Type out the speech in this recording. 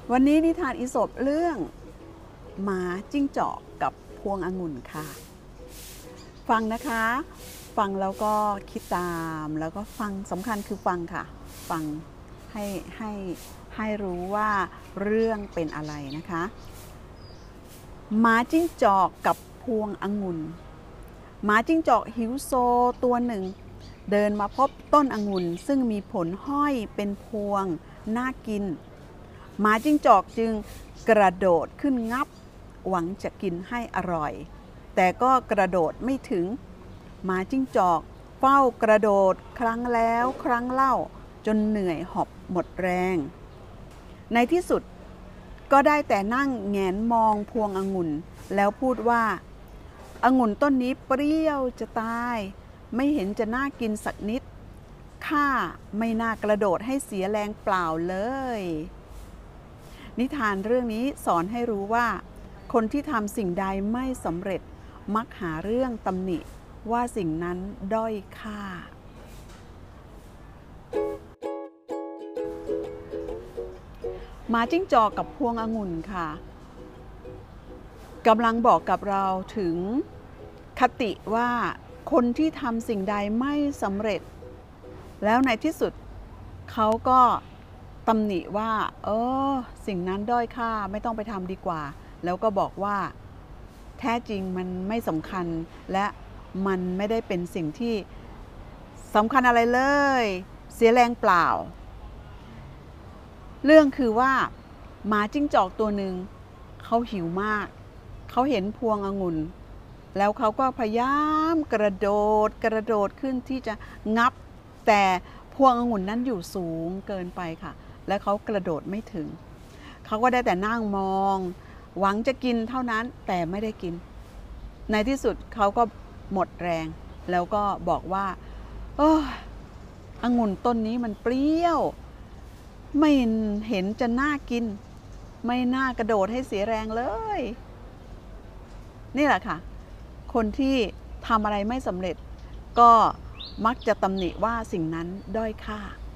วันนี้นิทานอีสปเรื่องหมาจิ้งจอกกับพวงองุ่นค่ะฟังนะคะฟังแล้วก็คิดตามแล้วก็ฟังสำคัญคือฟังค่ะฟังให้รู้ว่าเรื่องเป็นอะไรนะคะหมาจิ้งจอกกับพวงองุ่นหมาจิ้งจอกหิวโซตัวหนึ่งเดินมาพบต้นองุ่นซึ่งมีผลห้อยเป็นพวงน่ากินหมาจิ้งจอกจึงกระโดดขึ้นงับหวังจะกินให้อร่อยแต่ก็กระโดดไม่ถึงหมาจิ้งจอกเฝ้ากระโดดครั้งแล้วครั้งเล่าจนเหนื่อยหอบหมดแรงในที่สุดก็ได้แต่นั่งแงนมองพวงองุ่นแล้วพูดว่าองุ่นต้นนี้เปรี้ยวจะตายไม่เห็นจะน่ากินสักนิดข้าไม่น่ากระโดดให้เสียแรงเปล่าเลยนิทานเรื่องนี้สอนให้รู้ว่าคนที่ทำสิ่งใดไม่สำเร็จมักหาเรื่องตำหนิว่าสิ่งนั้นด้อยค่าหมาจิ้งจอกกับพวงองุ่นค่ะกำลังบอกกับเราถึงคติว่าคนที่ทำสิ่งใดไม่สำเร็จแล้วในที่สุดเขาก็ตำหนิว่าสิ่งนั้นด้อยค่าไม่ต้องไปทำดีกว่าแล้วก็บอกว่าแท้จริงมันไม่สำคัญและมันไม่ได้เป็นสิ่งที่สำคัญอะไรเลยเสียแรงเปล่าเรื่องคือว่าหมาจิ้งจอกตัวหนึ่งเขาหิวมากเขาเห็นพวงองุ่นแล้วเขาก็พยายามกระโดดขึ้นที่จะงับแต่พวงองุ่นนั้นอยู่สูงเกินไปค่ะและเขากระโดดไม่ถึงเขาก็ได้แต่นั่งมองหวังจะกินเท่านั้นแต่ไม่ได้กินในที่สุดเขาก็หมดแรงแล้วก็บอกว่าองุ่นต้นนี้มันเปรี้ยวไม่เห็นจะน่ากินไม่น่ากระโดดให้เสียแรงเลยนี่แหละค่ะคนที่ทำอะไรไม่สำเร็จก็มักจะตำหนิว่าสิ่งนั้นด้อยค่า